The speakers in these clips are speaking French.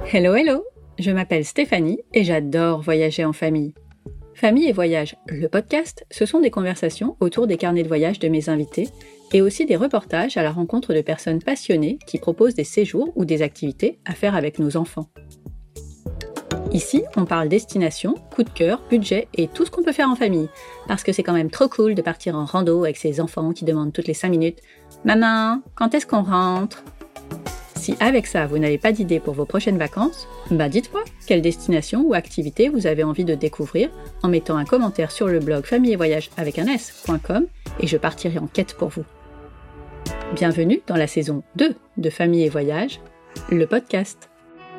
Hello, hello! Je m'appelle Stéphanie et j'adore voyager en famille. Famille et Voyage, le podcast, ce sont des conversations autour des carnets de voyage de mes invités et aussi des reportages à la rencontre de personnes passionnées qui proposent des séjours ou des activités à faire avec nos enfants. Ici, on parle destination, coup de cœur, budget et tout ce qu'on peut faire en famille, parce que c'est quand même trop cool de partir en rando avec ses enfants qui demandent toutes les 5 minutes « Maman, quand est-ce qu'on rentre ?» Si avec ça, vous n'avez pas d'idée pour vos prochaines vacances, dites-moi quelle destination ou activité vous avez envie de découvrir en mettant un commentaire sur le blog familleetvoyage.com et je partirai en quête pour vous. Bienvenue dans la saison 2 de Famille et Voyage, le podcast.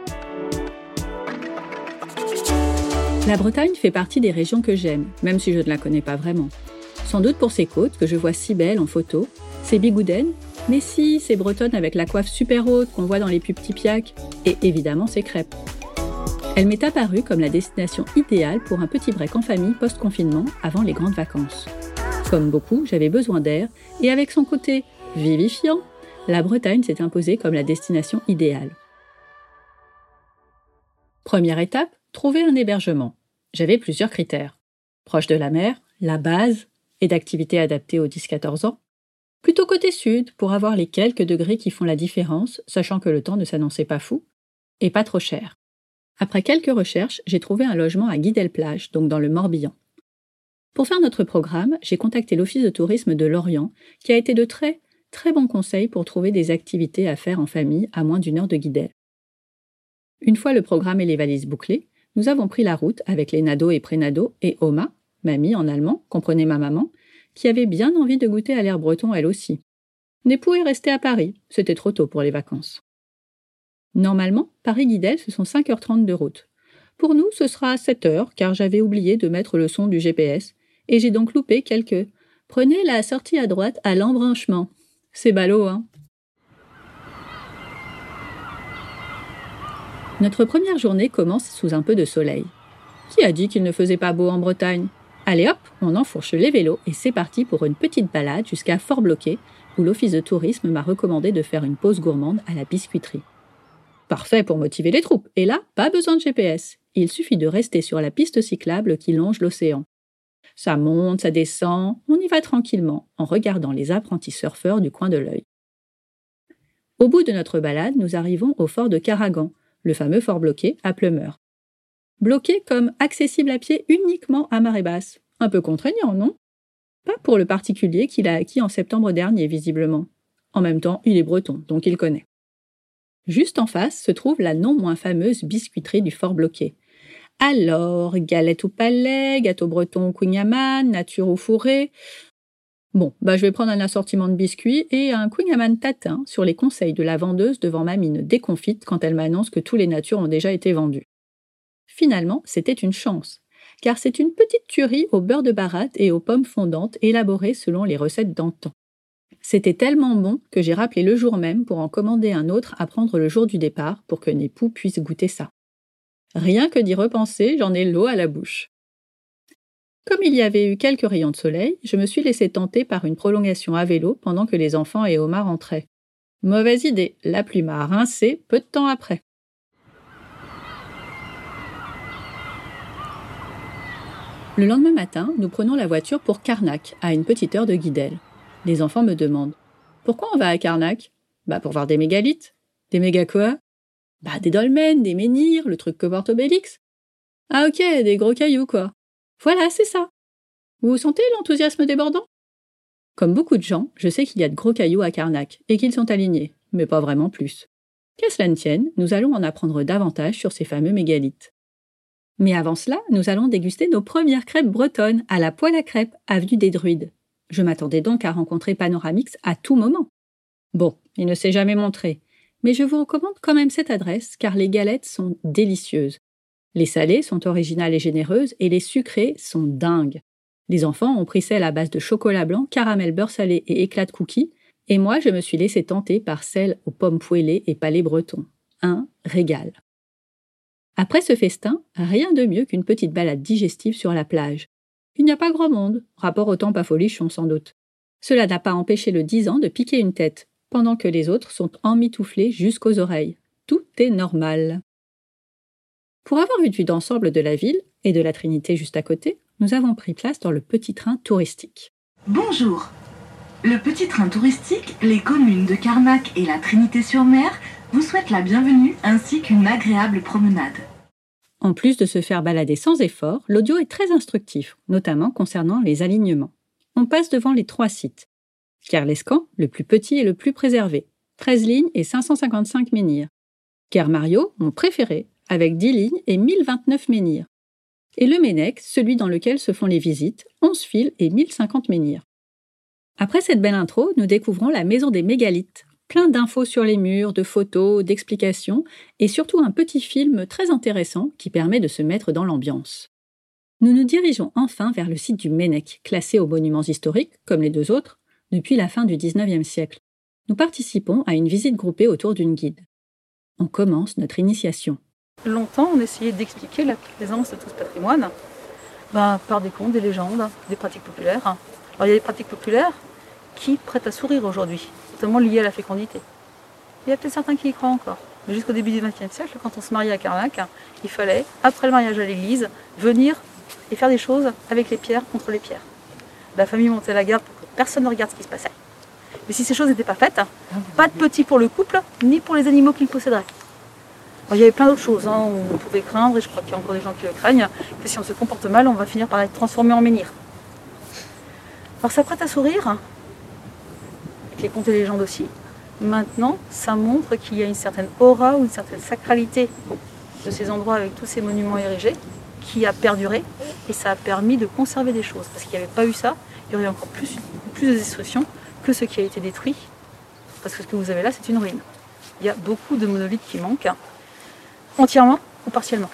La Bretagne fait partie des régions que j'aime, même si je ne la connais pas vraiment. Sans doute pour ses côtes que je vois si belles en photo, ses bigoudaines, mais si, ces bretonnes avec la coiffe super haute qu'on voit dans les pubs Tipiak, et évidemment ses crêpes. Elle m'est apparue comme la destination idéale pour un petit break en famille post-confinement avant les grandes vacances. Comme beaucoup, j'avais besoin d'air, et avec son côté vivifiant, la Bretagne s'est imposée comme la destination idéale. Première étape, trouver un hébergement. J'avais plusieurs critères. Proche de la mer, la base, et d'activités adaptées aux 10-14 ans. Plutôt côté sud, pour avoir les quelques degrés qui font la différence, sachant que le temps ne s'annonçait pas fou, et pas trop cher. Après quelques recherches, j'ai trouvé un logement à Guidel-Plage, donc dans le Morbihan. Pour faire notre programme, j'ai contacté l'Office de tourisme de Lorient, qui a été de très, très bons conseils pour trouver des activités à faire en famille à moins d'1 heure de Guidel. Une fois le programme et les valises bouclées, nous avons pris la route avec les Nado et Prénado et Oma, mamie en allemand, comprenez ma maman, qui avait bien envie de goûter à l'air breton elle aussi. N'époux est resté à Paris, c'était trop tôt pour les vacances. Normalement, Paris-Guidel, ce sont 5h30 de route. Pour nous, ce sera 7h, car j'avais oublié de mettre le son du GPS, et j'ai donc loupé quelques « Prenez la sortie à droite à l'embranchement ». C'est ballot, hein? Notre première journée commence sous un peu de soleil. Qui a dit qu'il ne faisait pas beau en Bretagne? Allez hop, on enfourche les vélos et c'est parti pour une petite balade jusqu'à Fort-Bloquet, où l'Office de tourisme m'a recommandé de faire une pause gourmande à la biscuiterie. Parfait pour motiver les troupes, et là, pas besoin de GPS. Il suffit de rester sur la piste cyclable qui longe l'océan. Ça monte, ça descend, on y va tranquillement, en regardant les apprentis surfeurs du coin de l'œil. Au bout de notre balade, nous arrivons au fort de Caragan, le fameux fort Bloquet à Pleumeur. Bloqué comme accessible à pied uniquement à marée basse. Un peu contraignant, non? Pas pour le particulier qu'il a acquis en septembre dernier, visiblement. En même temps, il est breton, donc il connaît. Juste en face se trouve la non moins fameuse biscuiterie du Fort Bloquet. Alors, galette au palais, gâteau breton au kouign-amann, nature au fourré. Bon, je vais prendre un assortiment de biscuits et un kouign-amann tatin sur les conseils de la vendeuse devant ma mine déconfite quand elle m'annonce que tous les natures ont déjà été vendus. Finalement, c'était une chance, car c'est une petite tuerie au beurre de baratte et aux pommes fondantes élaborée selon les recettes d'antan. C'était tellement bon que j'ai rappelé le jour même pour en commander un autre à prendre le jour du départ pour que Népou puisse goûter ça. Rien que d'y repenser, j'en ai l'eau à la bouche. Comme il y avait eu quelques rayons de soleil, je me suis laissé tenter par une prolongation à vélo pendant que les enfants et Omar rentraient. Mauvaise idée, la pluie m'a rincé peu de temps après. Le lendemain matin, nous prenons la voiture pour Carnac, à une petite heure de Guidel. Les enfants me demandent « Pourquoi on va à Carnac ?»« Pour voir des mégalithes. »« Des méga quoi ?»« Des dolmens, des menhirs, le truc que porte Obélix. »« Ah ok, des gros cailloux quoi. »« Voilà, c'est ça. Vous sentez l'enthousiasme débordant ?» Comme beaucoup de gens, je sais qu'il y a de gros cailloux à Carnac, et qu'ils sont alignés, mais pas vraiment plus. Qu'à cela ne tienne, nous allons en apprendre davantage sur ces fameux mégalithes. Mais avant cela, nous allons déguster nos premières crêpes bretonnes à la poêle à crêpes, avenue des Druides. Je m'attendais donc à rencontrer Panoramix à tout moment. Bon, il ne s'est jamais montré, mais je vous recommande quand même cette adresse car les galettes sont délicieuses. Les salées sont originales et généreuses et les sucrées sont dingues. Les enfants ont pris celle à base de chocolat blanc, caramel beurre salé et éclat de cookies, et moi je me suis laissé tenter par celle aux pommes poêlées et palais breton. Un régal. Après ce festin, rien de mieux qu'une petite balade digestive sur la plage. Il n'y a pas grand monde, rapport au temps pas folichon sans doute. Cela n'a pas empêché le 10 ans de piquer une tête, pendant que les autres sont emmitouflés jusqu'aux oreilles. Tout est normal. Pour avoir une vue d'ensemble de la ville et de la Trinité juste à côté, nous avons pris place dans le petit train touristique. Bonjour. Le petit train touristique, les communes de Carnac et la Trinité-sur-Mer vous souhaitent la bienvenue ainsi qu'une agréable promenade. En plus de se faire balader sans effort, l'audio est très instructif, notamment concernant les alignements. On passe devant les 3 sites. Kerlescan, le plus petit et le plus préservé, 13 lignes et 555 menhirs. Kermario, mon préféré, avec 10 lignes et 1029 menhirs. Et le Ménec, celui dans lequel se font les visites, 11 fils et 1050 menhirs. Après cette belle intro, nous découvrons la maison des mégalithes. Plein d'infos sur les murs, de photos, d'explications, et surtout un petit film très intéressant qui permet de se mettre dans l'ambiance. Nous nous dirigeons enfin vers le site du Ménec, classé aux monuments historiques, comme les 2 autres, depuis la fin du XIXe siècle. Nous participons à une visite groupée autour d'une guide. On commence notre initiation. Longtemps, on essayait d'expliquer la présence de tout ce patrimoine par des contes, des légendes, des pratiques populaires. Alors il y a des pratiques populaires qui prêtent à sourire aujourd'hui, notamment liées à la fécondité. Il y a peut-être certains qui y croient encore. Mais jusqu'au début du XXe siècle, quand on se mariait à Carnac, il fallait, après le mariage à l'église, venir et faire des choses avec les pierres contre les pierres. La famille montait la garde pour que personne ne regarde ce qui se passait. Mais si ces choses n'étaient pas faites, pas de petits pour le couple, ni pour les animaux qu'ils posséderaient. Alors, il y avait plein d'autres choses, on pouvait craindre, et je crois qu'il y a encore des gens qui le craignent, que si on se comporte mal, on va finir par être transformé en menhir. Alors ça prête à sourire, avec les contes et légendes aussi. Maintenant, ça montre qu'il y a une certaine aura ou une certaine sacralité de ces endroits avec tous ces monuments érigés qui a perduré, et ça a permis de conserver des choses. Parce qu'il n'y avait pas eu ça, il y aurait encore plus de destruction que ce qui a été détruit. Parce que ce que vous avez là, c'est une ruine. Il y a beaucoup de monolithes qui manquent, entièrement ou partiellement.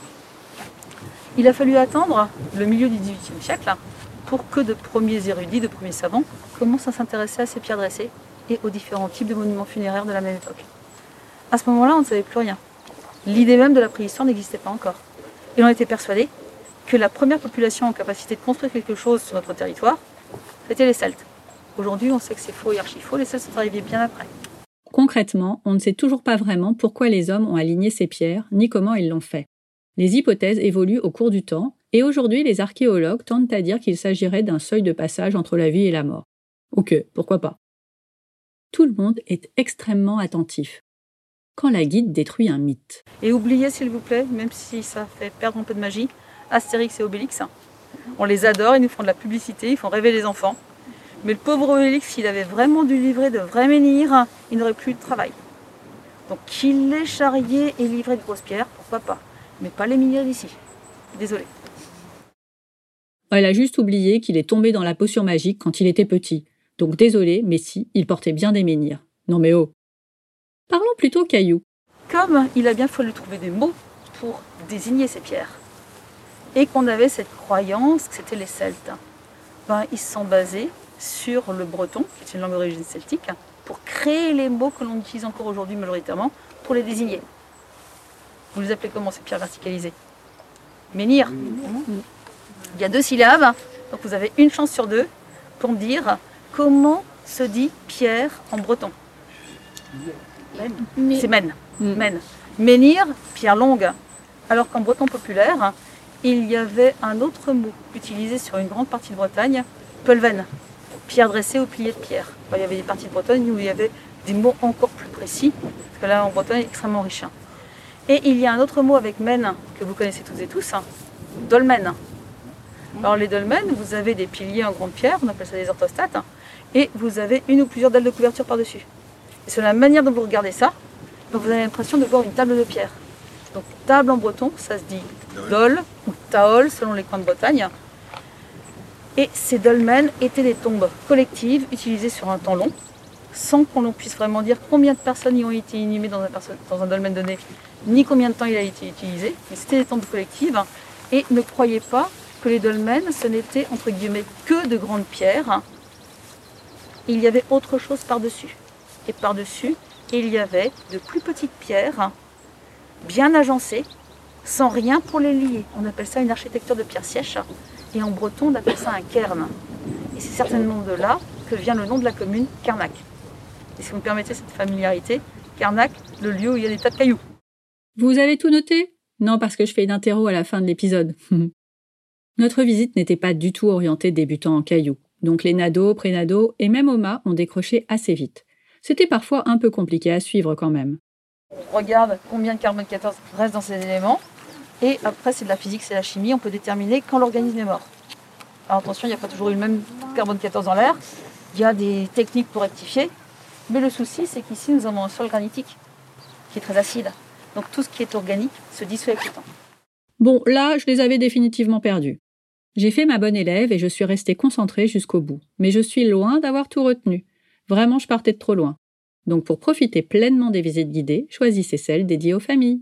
Il a fallu attendre le milieu du XVIIIe siècle pour que de premiers érudits, de premiers savants commencent à s'intéresser à ces pierres dressées et aux différents types de monuments funéraires de la même époque. À ce moment-là, on ne savait plus rien. L'idée même de la préhistoire n'existait pas encore. Et on était persuadé que la première population en capacité de construire quelque chose sur notre territoire, c'était les Celtes. Aujourd'hui, on sait que c'est faux et archi-faux, les Celtes sont arrivés bien après. Concrètement, on ne sait toujours pas vraiment pourquoi les hommes ont aligné ces pierres, ni comment ils l'ont fait. Les hypothèses évoluent au cours du temps, et aujourd'hui les archéologues tentent à dire qu'il s'agirait d'un seuil de passage entre la vie et la mort. Ok, pourquoi pas. Tout le monde est extrêmement attentif. Quand la guide détruit un mythe. Et oubliez s'il vous plaît, même si ça fait perdre un peu de magie, Astérix et Obélix. On les adore, ils nous font de la publicité, ils font rêver les enfants. Mais le pauvre Obélix, s'il avait vraiment dû livrer de vrais menhirs, il n'aurait plus de travail. Donc qu'il les charriait et livrait de grosses pierres, pourquoi pas. Mais pas les menhirs d'ici. Désolée. Elle a juste oublié qu'il est tombé dans la potion magique quand il était petit. Donc désolé, mais si, il portait bien des menhirs. Non mais oh. Parlons plutôt cailloux. Comme il a bien fallu trouver des mots pour désigner ces pierres, et qu'on avait cette croyance que c'était les Celtes, ils se sont basés sur le breton, qui est une langue d'origine celtique, pour créer les mots que l'on utilise encore aujourd'hui majoritairement pour les désigner. Vous les appelez comment ces pierres verticalisées? Menhir. Il y a 2 syllabes, donc vous avez une chance sur 2 pour me dire comment se dit pierre en breton. C'est men. Men. Menhir, pierre longue. Alors qu'en breton populaire, il y avait un autre mot utilisé sur une grande partie de Bretagne, pelven, pierre dressée ou pilier de pierre. Il y avait des parties de Bretagne où il y avait des mots encore plus précis, parce que là en Bretagne, il est extrêmement riche. Et il y a un autre mot avec men, que vous connaissez toutes et tous, dolmen. Alors les dolmens, vous avez des piliers en grande pierre, on appelle ça des orthostates, et vous avez une ou plusieurs dalles de couverture par-dessus. Et sur la manière dont vous regardez ça, vous avez l'impression de voir une table de pierre. Donc table en breton, ça se dit dol ou taol selon les coins de Bretagne. Et ces dolmens étaient des tombes collectives utilisées sur un temps long, sans qu'on puisse vraiment dire combien de personnes y ont été inhumées dans un dolmen donné, ni combien de temps il a été utilisé. Mais c'était des tombes collectives. Et ne croyez pas que les dolmens, ce n'étaient entre guillemets que de grandes pierres. Il y avait autre chose par-dessus. Et par-dessus, il y avait de plus petites pierres, bien agencées, sans rien pour les lier. On appelle ça une architecture de pierre sèche. Et en breton, on appelle ça un cairn. Et c'est certainement de là que vient le nom de la commune, Carnac. Et si vous me permettez cette familiarité, Carnac, le lieu où il y a des tas de cailloux. Vous avez tout noté? Non, parce que je fais une interro à la fin de l'épisode. Notre visite n'était pas du tout orientée débutant en cailloux, donc les nados, prénados et même Oma ont décroché assez vite. C'était parfois un peu compliqué à suivre quand même. On regarde combien de carbone 14 reste dans ces éléments, et après c'est de la physique, c'est la chimie, on peut déterminer quand l'organisme est mort. Alors attention, il n'y a pas toujours eu le même carbone 14 dans l'air, il y a des techniques pour rectifier, mais le souci c'est qu'ici nous avons un sol granitique qui est très acide, donc tout ce qui est organique se dissout avec le temps. Bon, là, je les avais définitivement perdus. J'ai fait ma bonne élève et je suis restée concentrée jusqu'au bout, mais je suis loin d'avoir tout retenu. Vraiment, je partais de trop loin. Donc pour profiter pleinement des visites guidées, choisissez celles dédiées aux familles.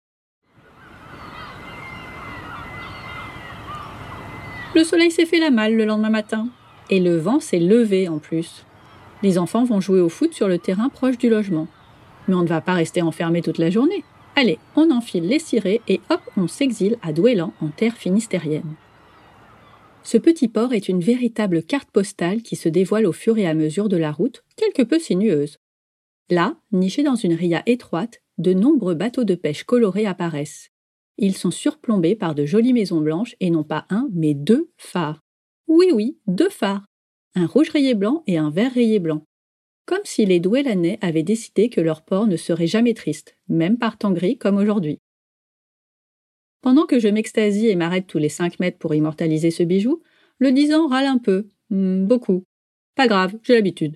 Le soleil s'est fait la malle le lendemain matin. Et le vent s'est levé en plus. Les enfants vont jouer au foot sur le terrain proche du logement. Mais on ne va pas rester enfermés toute la journée. Allez, on enfile les cirés et hop, on s'exile à Douélan en terre finistérienne. Ce petit port est une véritable carte postale qui se dévoile au fur et à mesure de la route, quelque peu sinueuse. Là, nichés dans une ria étroite, de nombreux bateaux de pêche colorés apparaissent. Ils sont surplombés par de jolies maisons blanches et non pas un, mais 2 phares. Oui, 2 phares. Un rouge rayé blanc et un vert rayé blanc. Comme si les Douélanais avaient décidé que leur port ne serait jamais triste, même par temps gris comme aujourd'hui. Pendant que je m'extasie et m'arrête tous les 5 mètres pour immortaliser ce bijou, le 10 ans râle un peu. Beaucoup. Pas grave, j'ai l'habitude.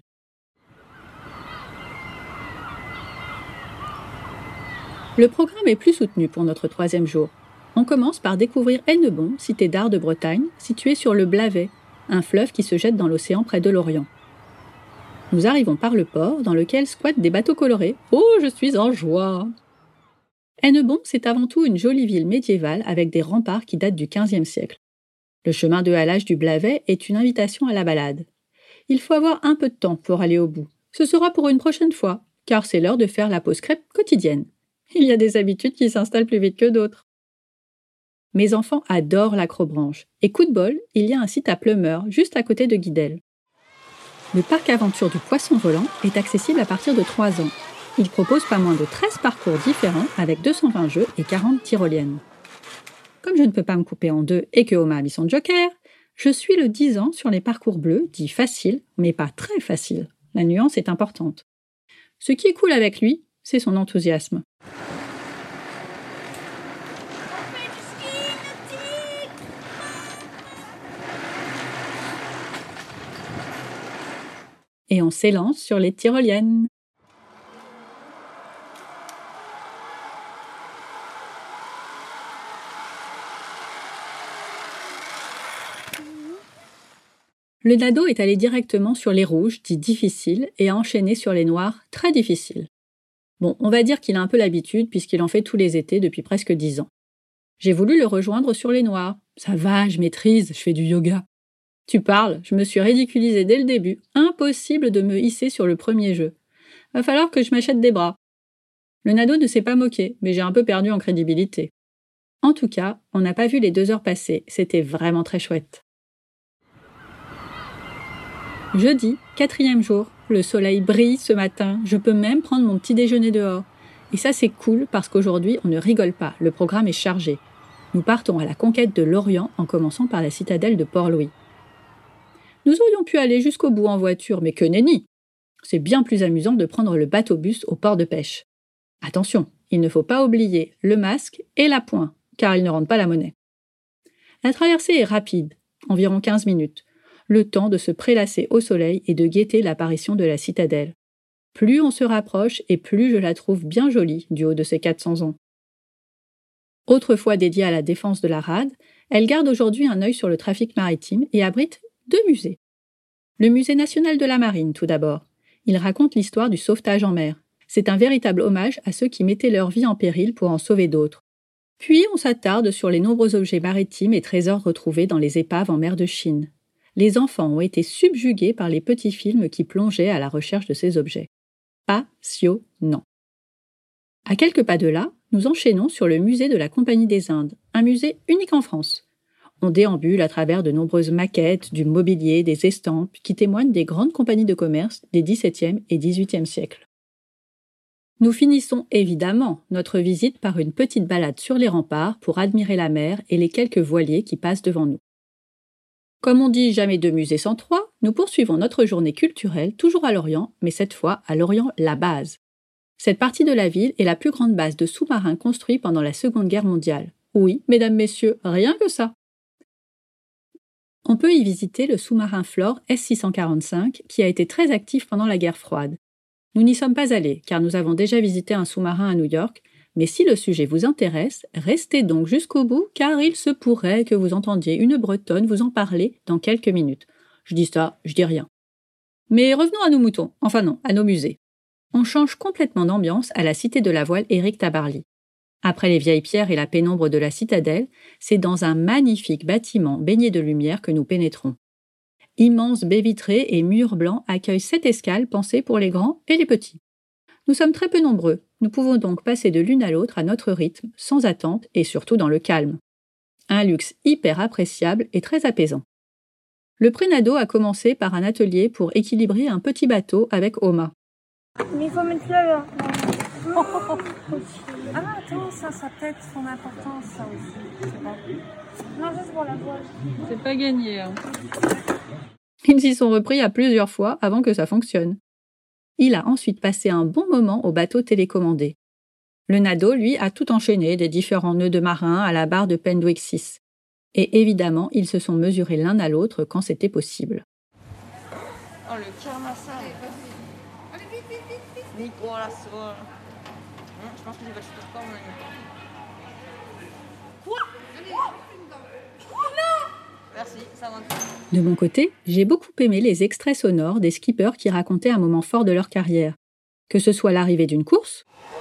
Le programme est plus soutenu pour notre 3e jour. On commence par découvrir Hennebont, cité d'art de Bretagne, située sur le Blavet, un fleuve qui se jette dans l'océan près de l'Orient. Nous arrivons par le port, dans lequel squattent des bateaux colorés. Oh, je suis en joie! Hennebont, c'est avant tout une jolie ville médiévale avec des remparts qui datent du XVe siècle. Le chemin de halage du Blavet est une invitation à la balade. Il faut avoir un peu de temps pour aller au bout. Ce sera pour une prochaine fois, car c'est l'heure de faire la pause crêpe quotidienne. Il y a des habitudes qui s'installent plus vite que d'autres. Mes enfants adorent l'acrobranche, et coup de bol, il y a un site à Pleumeur, juste à côté de Guidel. Le parc aventure du poisson volant est accessible à partir de 3 ans. Il propose pas moins de 13 parcours différents avec 220 jeux et 40 tyroliennes. Comme je ne peux pas me couper en deux et que Oma a mis son joker, je suis le 10 ans sur les parcours bleus, dits faciles, mais pas très faciles. La nuance est importante. Ce qui est cool avec lui, c'est son enthousiasme. Et on s'élance sur les tyroliennes. Le nado est allé directement sur les rouges, dits difficiles, et a enchaîné sur les noirs, très difficiles. Bon, on va dire qu'il a un peu l'habitude puisqu'il en fait tous les étés depuis presque 10 ans. J'ai voulu le rejoindre sur les noirs. Ça va, je maîtrise, je fais du yoga. Tu parles, je me suis ridiculisée dès le début. Impossible de me hisser sur le premier jeu. Va falloir que je m'achète des bras. Le nado ne s'est pas moqué, mais j'ai un peu perdu en crédibilité. En tout cas, on n'a pas vu les 2 heures passer, c'était vraiment très chouette. Jeudi, 4e jour, le soleil brille ce matin, je peux même prendre mon petit déjeuner dehors. Et ça c'est cool parce qu'aujourd'hui on ne rigole pas, le programme est chargé. Nous partons à la conquête de l'Orient en commençant par la citadelle de Port-Louis. Nous aurions pu aller jusqu'au bout en voiture, mais que nenni! C'est bien plus amusant de prendre le bateau-bus au port de pêche. Attention, il ne faut pas oublier le masque et la pointe, car ils ne rendent pas la monnaie. La traversée est rapide, environ 15 minutes. Le temps de se prélasser au soleil et de guetter l'apparition de la citadelle. Plus on se rapproche et plus je la trouve bien jolie du haut de ses 400 ans. Autrefois dédiée à la défense de la rade, elle garde aujourd'hui un œil sur le trafic maritime et abrite 2 musées. Le musée national de la marine tout d'abord. Il raconte l'histoire du sauvetage en mer. C'est un véritable hommage à ceux qui mettaient leur vie en péril pour en sauver d'autres. Puis on s'attarde sur les nombreux objets maritimes et trésors retrouvés dans les épaves en mer de Chine. Les enfants ont été subjugués par les petits films qui plongeaient à la recherche de ces objets. Passionnant. À quelques pas de là, nous enchaînons sur le musée de la Compagnie des Indes, un musée unique en France. On déambule à travers de nombreuses maquettes, du mobilier, des estampes qui témoignent des grandes compagnies de commerce des XVIIe et XVIIIe siècles. Nous finissons évidemment notre visite par une petite balade sur les remparts pour admirer la mer et les quelques voiliers qui passent devant nous. Comme on dit jamais deux musées sans trois, nous poursuivons notre journée culturelle toujours à Lorient, mais cette fois à Lorient-la-Base. Cette partie de la ville est la plus grande base de sous-marins construits pendant la Seconde Guerre mondiale. Oui, mesdames, messieurs, rien que ça. On peut y visiter le sous-marin Flore S-645 qui a été très actif pendant la guerre froide. Nous n'y sommes pas allés car nous avons déjà visité un sous-marin à New York, mais si le sujet vous intéresse, restez donc jusqu'au bout car il se pourrait que vous entendiez une Bretonne vous en parler dans quelques minutes. Je dis ça, je dis rien. Mais revenons à nos moutons, enfin non, à nos musées. On change complètement d'ambiance à la Cité de la Voile Éric Tabarly. Après les vieilles pierres et la pénombre de la citadelle, c'est dans un magnifique bâtiment baigné de lumière que nous pénétrons. Immenses baies vitrées et murs blancs accueillent 7 escales pensées pour les grands et les petits. Nous sommes très peu nombreux, nous pouvons donc passer de l'une à l'autre à notre rythme, sans attente et surtout dans le calme. Un luxe hyper appréciable et très apaisant. Le prénado a commencé par un atelier pour équilibrer un petit bateau avec Oma. Mais il faut mettre là. Ah attends, ça a peut-être son importance, ça aussi. C'est bon. Non, juste pour la voile. C'est pas gagné. Hein. Ils s'y sont repris à plusieurs fois avant que ça fonctionne. Il a ensuite passé un bon moment au bateau télécommandé. Le Nado, lui, a tout enchaîné des différents nœuds de marins à la barre de Pendwick 6. Et évidemment, ils se sont mesurés l'un à l'autre quand c'était possible. Oh, le Kermassa. Allez, vite, vite, vite, vite. Nico, là, c'est bon. Je pense que j'ai pas le sport, mon ami. Quoi? Merci, ça va. De mon côté, j'ai beaucoup aimé les extraits sonores des skippers qui racontaient un moment fort de leur carrière. Que ce soit l'arrivée d'une course,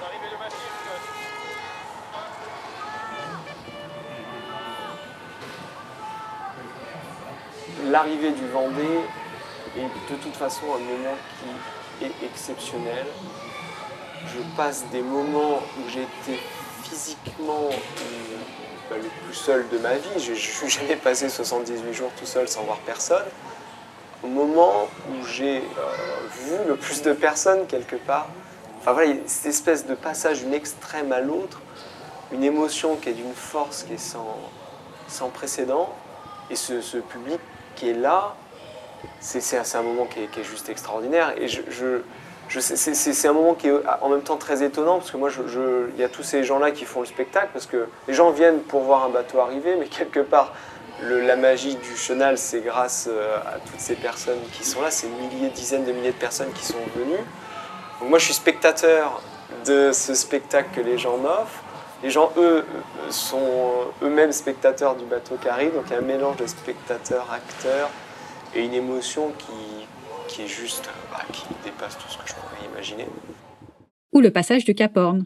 l'arrivée du Vendée est de toute façon un moment qui est exceptionnel. Je passe des moments où j'ai été physiquement le plus seul de ma vie. Je ne suis jamais passé 78 jours tout seul sans voir personne. Au moment où j'ai vu le plus de personnes quelque part. Enfin voilà, cette espèce de passage d'une extrême à l'autre, une émotion qui est d'une force qui est sans précédent. Et ce public qui est là, c'est un moment qui est juste extraordinaire. Et c'est un moment qui est en même temps très étonnant, parce que moi, il y a tous ces gens-là qui font le spectacle, parce que les gens viennent pour voir un bateau arriver, mais quelque part, la magie du chenal, c'est grâce à toutes ces personnes qui sont là, ces milliers, dizaines de milliers de personnes qui sont venues. Donc moi, je suis spectateur de ce spectacle que les gens m'offrent. Les gens, eux, sont eux-mêmes spectateurs du bateau qui arrive, donc il y a un mélange de spectateurs, acteurs, et une émotion qui est juste, qui dépasse tout ce que je pourrais imaginer. Ou le passage du Cap Horn.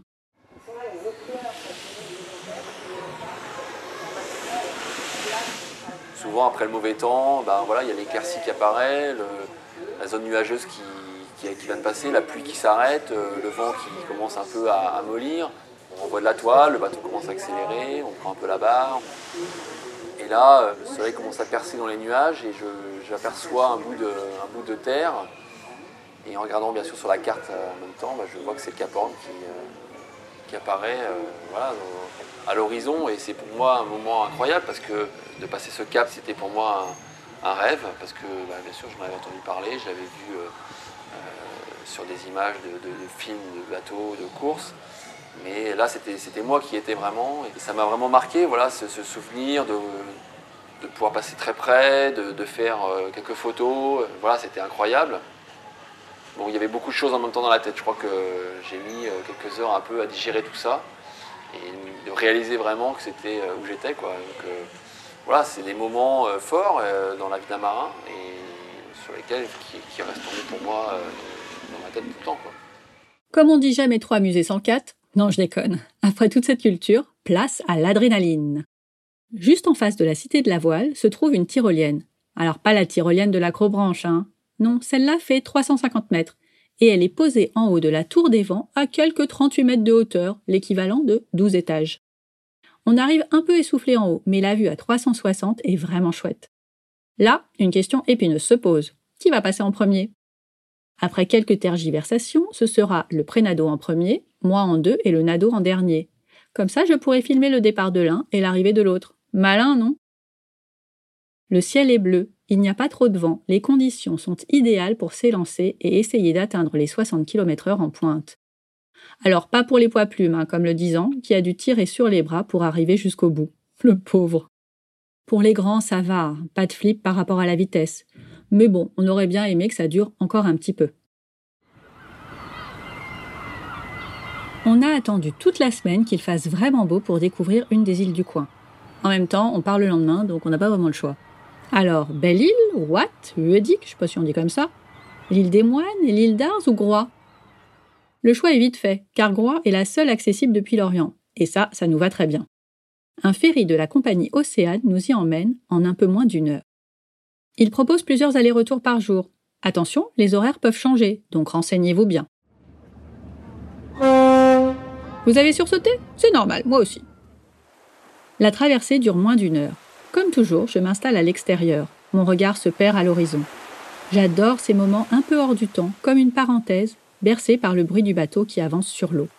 Souvent, après le mauvais temps, il y a l'éclaircie qui apparaît, la zone nuageuse qui vient de passer, la pluie qui s'arrête, le vent qui commence un peu à mollir. On voit de la toile, le bateau commence à accélérer, on prend un peu la barre. Et là, le soleil commence à percer dans les nuages et j'aperçois un bout de terre. Et en regardant bien sûr sur la carte en même temps, je vois que c'est le Cap Horn qui apparaît à l'horizon. Et c'est pour moi un moment incroyable parce que de passer ce cap, c'était pour moi un rêve. Parce que bien sûr, j'en avais entendu parler, je l'avais vu sur des images de films, de bateaux, de courses. Mais là, c'était moi qui étais vraiment, et ça m'a vraiment marqué, ce souvenir de pouvoir passer très près, de faire quelques photos, c'était incroyable. Bon, il y avait beaucoup de choses en même temps dans la tête, je crois que j'ai mis quelques heures un peu à digérer tout ça, et de réaliser vraiment que c'était où j'étais, quoi. Donc c'est des moments forts dans la vie d'un marin, et sur lesquels, qui restent tombés pour moi dans ma tête tout le temps, quoi. Comme on dit jamais 3 musées sans 4, non, je déconne. Après toute cette culture, place à l'adrénaline. Juste en face de la Cité de la Voile se trouve une tyrolienne. Alors pas la tyrolienne de l'Acrobranche, hein. Non, celle-là fait 350 mètres. Et elle est posée en haut de la Tour des Vents à quelques 38 mètres de hauteur, l'équivalent de 12 étages. On arrive un peu essoufflé en haut, mais la vue à 360 est vraiment chouette. Là, une question épineuse se pose. Qui va passer en premier ? Après quelques tergiversations, ce sera le prénado en premier, moi en 2 et le Nado en dernier. Comme ça, je pourrais filmer le départ de l'un et l'arrivée de l'autre. Malin, non? Le ciel est bleu, il n'y a pas trop de vent, les conditions sont idéales pour s'élancer et essayer d'atteindre les 60 km/h en pointe. Alors pas pour les poids plumes, comme le 10 ans, qui a dû tirer sur les bras pour arriver jusqu'au bout. Le pauvre. Pour les grands, ça va, pas de flip par rapport à la vitesse. Mais bon, on aurait bien aimé que ça dure encore un petit peu. On a attendu toute la semaine qu'il fasse vraiment beau pour découvrir une des îles du coin. En même temps, on part le lendemain, donc on n'a pas vraiment le choix. Alors, Belle-Île, Watt, Uedik, je sais pas si on dit comme ça, l'île des Moines, l'île d'Ars ou Groix? Le choix est vite fait, car Groix est la seule accessible depuis l'Orient. Et ça nous va très bien. Un ferry de la compagnie Océane nous y emmène en un peu moins d'1 heure. Il propose plusieurs allers-retours par jour. Attention, les horaires peuvent changer, donc renseignez-vous bien. Vous avez sursauté? C'est normal, moi aussi. La traversée dure moins d'1 heure. Comme toujours, je m'installe à l'extérieur. Mon regard se perd à l'horizon. J'adore ces moments un peu hors du temps, comme une parenthèse, bercée par le bruit du bateau qui avance sur l'eau.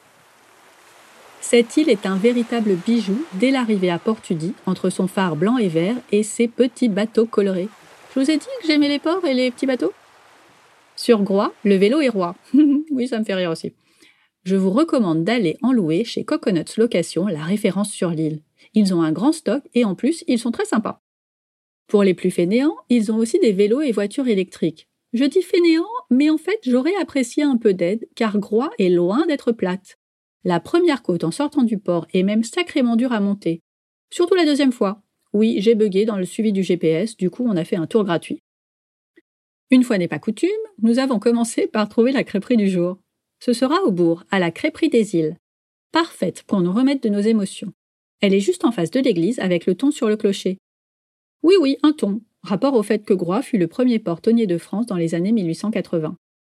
Cette île est un véritable bijou dès l'arrivée à Port-Tudy, entre son phare blanc et vert et ses petits bateaux colorés. Je vous ai dit que j'aimais les ports et les petits bateaux? Sur Groix, le vélo est roi. Oui, ça me fait rire aussi. Je vous recommande d'aller en louer chez Coconuts Location, la référence sur l'île. Ils ont un grand stock et en plus, ils sont très sympas. Pour les plus fainéants, ils ont aussi des vélos et voitures électriques. Je dis fainéants, mais en fait, j'aurais apprécié un peu d'aide, car Groix est loin d'être plate. La première côte en sortant du port est même sacrément dure à monter. Surtout la deuxième fois. Oui, j'ai bugué dans le suivi du GPS, du coup on a fait un tour gratuit. Une fois n'est pas coutume, nous avons commencé par trouver la crêperie du jour. Ce sera au bourg, à la crêperie des îles. Parfaite pour nous remettre de nos émotions. Elle est juste en face de l'église avec le thon sur le clocher. Oui, un thon, rapport au fait que Groix fut le premier port tonnier de France dans les années 1880.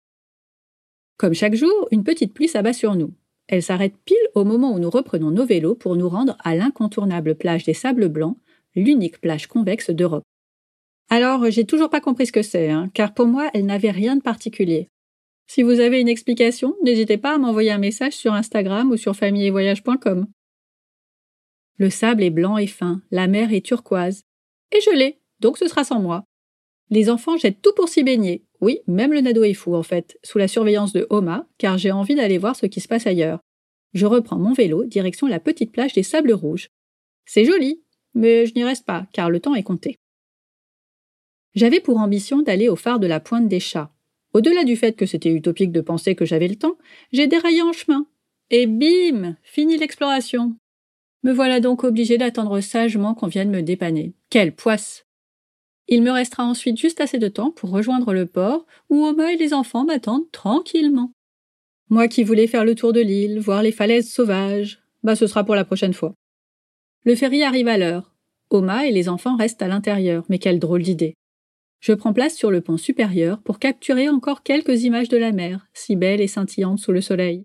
Comme chaque jour, une petite pluie s'abat sur nous. Elle s'arrête pile au moment où nous reprenons nos vélos pour nous rendre à l'incontournable plage des Sables Blancs, l'unique plage convexe d'Europe. Alors, j'ai toujours pas compris ce que c'est, car pour moi, elle n'avait rien de particulier. Si vous avez une explication, n'hésitez pas à m'envoyer un message sur Instagram ou sur familleetvoyage.com. Le sable est blanc et fin, la mer est turquoise. Et je l'ai, donc ce sera sans moi. Les enfants jettent tout pour s'y baigner. Oui, même le Nado est fou en fait, sous la surveillance de Oma, car j'ai envie d'aller voir ce qui se passe ailleurs. Je reprends mon vélo, direction la petite plage des Sables Rouges. C'est joli, mais je n'y reste pas, car le temps est compté. J'avais pour ambition d'aller au phare de la Pointe des Chats. Au-delà du fait que c'était utopique de penser que j'avais le temps, j'ai déraillé en chemin. Et bim, fini l'exploration. Me voilà donc obligée d'attendre sagement qu'on vienne me dépanner. Quelle poisse! Il me restera ensuite juste assez de temps pour rejoindre le port où Oma et les enfants m'attendent tranquillement. Moi qui voulais faire le tour de l'île, voir les falaises sauvages, ce sera pour la prochaine fois. Le ferry arrive à l'heure. Oma et les enfants restent à l'intérieur, mais quelle drôle d'idée. Je prends place sur le pont supérieur pour capturer encore quelques images de la mer, si belle et scintillante sous le soleil.